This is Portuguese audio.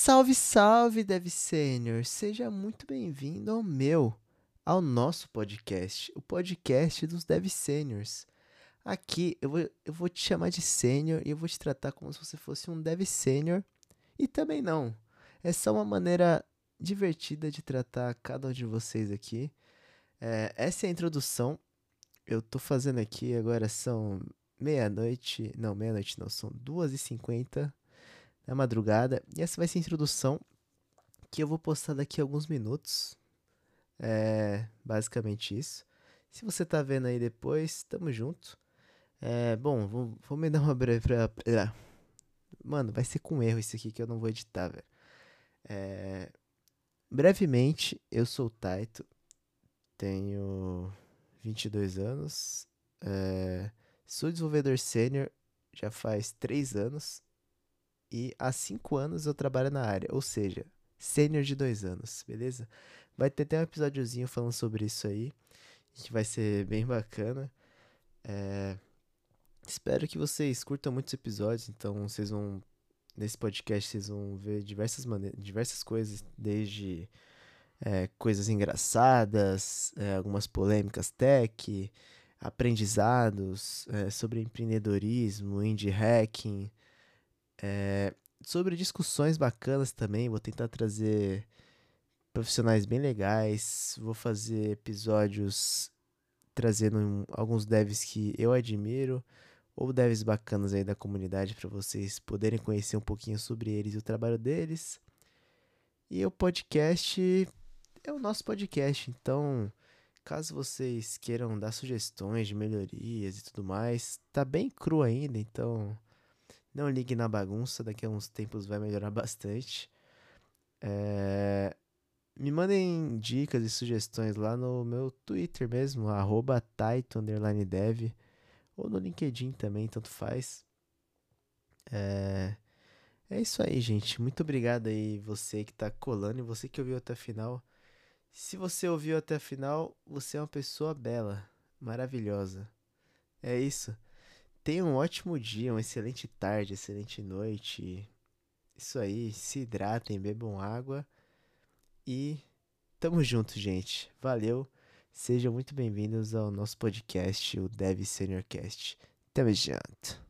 Salve, salve, Dev Sênior! Seja muito bem-vindo ao nosso podcast, o podcast dos Dev Sêniors. Aqui eu vou te chamar de Sênior e eu vou te tratar como se você fosse um Dev Sênior. E também não, é só uma maneira divertida de tratar cada um de vocês aqui. Essa é a introdução. Eu tô fazendo aqui, agora são meia-noite não, são 2h50 da madrugada. E essa vai ser a introdução que eu vou postar daqui a alguns minutos. É basicamente isso. Se você tá vendo aí depois, tamo junto. Bom, vou me dar uma breve Mano, vai ser com erro isso aqui que eu não vou editar, velho. É, brevemente, eu sou o Taito, tenho 22 anos, sou desenvolvedor sênior já faz 3 anos e há 5 anos eu trabalho na área, ou seja, sênior de 2 anos, beleza? Vai ter até um episódiozinho falando sobre isso aí, que vai ser bem bacana. É, espero que vocês curtam muitos episódios, então nesse podcast vocês vão ver diversas coisas, desde coisas engraçadas, algumas polêmicas tech, aprendizados, sobre empreendedorismo, indie hacking, sobre discussões bacanas também. Vou tentar trazer profissionais bem legais, vou fazer episódios trazendo alguns devs que eu admiro, ou devs bacanas aí da comunidade para vocês poderem conhecer um pouquinho sobre eles e o trabalho deles. E o podcast é o nosso podcast, então caso vocês queiram dar sugestões de melhorias e tudo mais, tá bem cru ainda, então não ligue na bagunça, daqui a uns tempos vai melhorar bastante. É, Me mandem dicas e sugestões lá no meu Twitter mesmo, @taito_dev, ou no LinkedIn também, tanto faz. É, é isso aí, gente. Muito obrigado aí você que tá colando e você que ouviu até a final. Se você ouviu até a final, você é uma pessoa bela, maravilhosa. É isso. Tenha um ótimo dia, uma excelente tarde, excelente noite. Isso aí, se hidratem, bebam água e tamo junto, gente. Valeu. Sejam muito bem-vindos ao nosso podcast, o Dev Senior Cast. Tamo junto.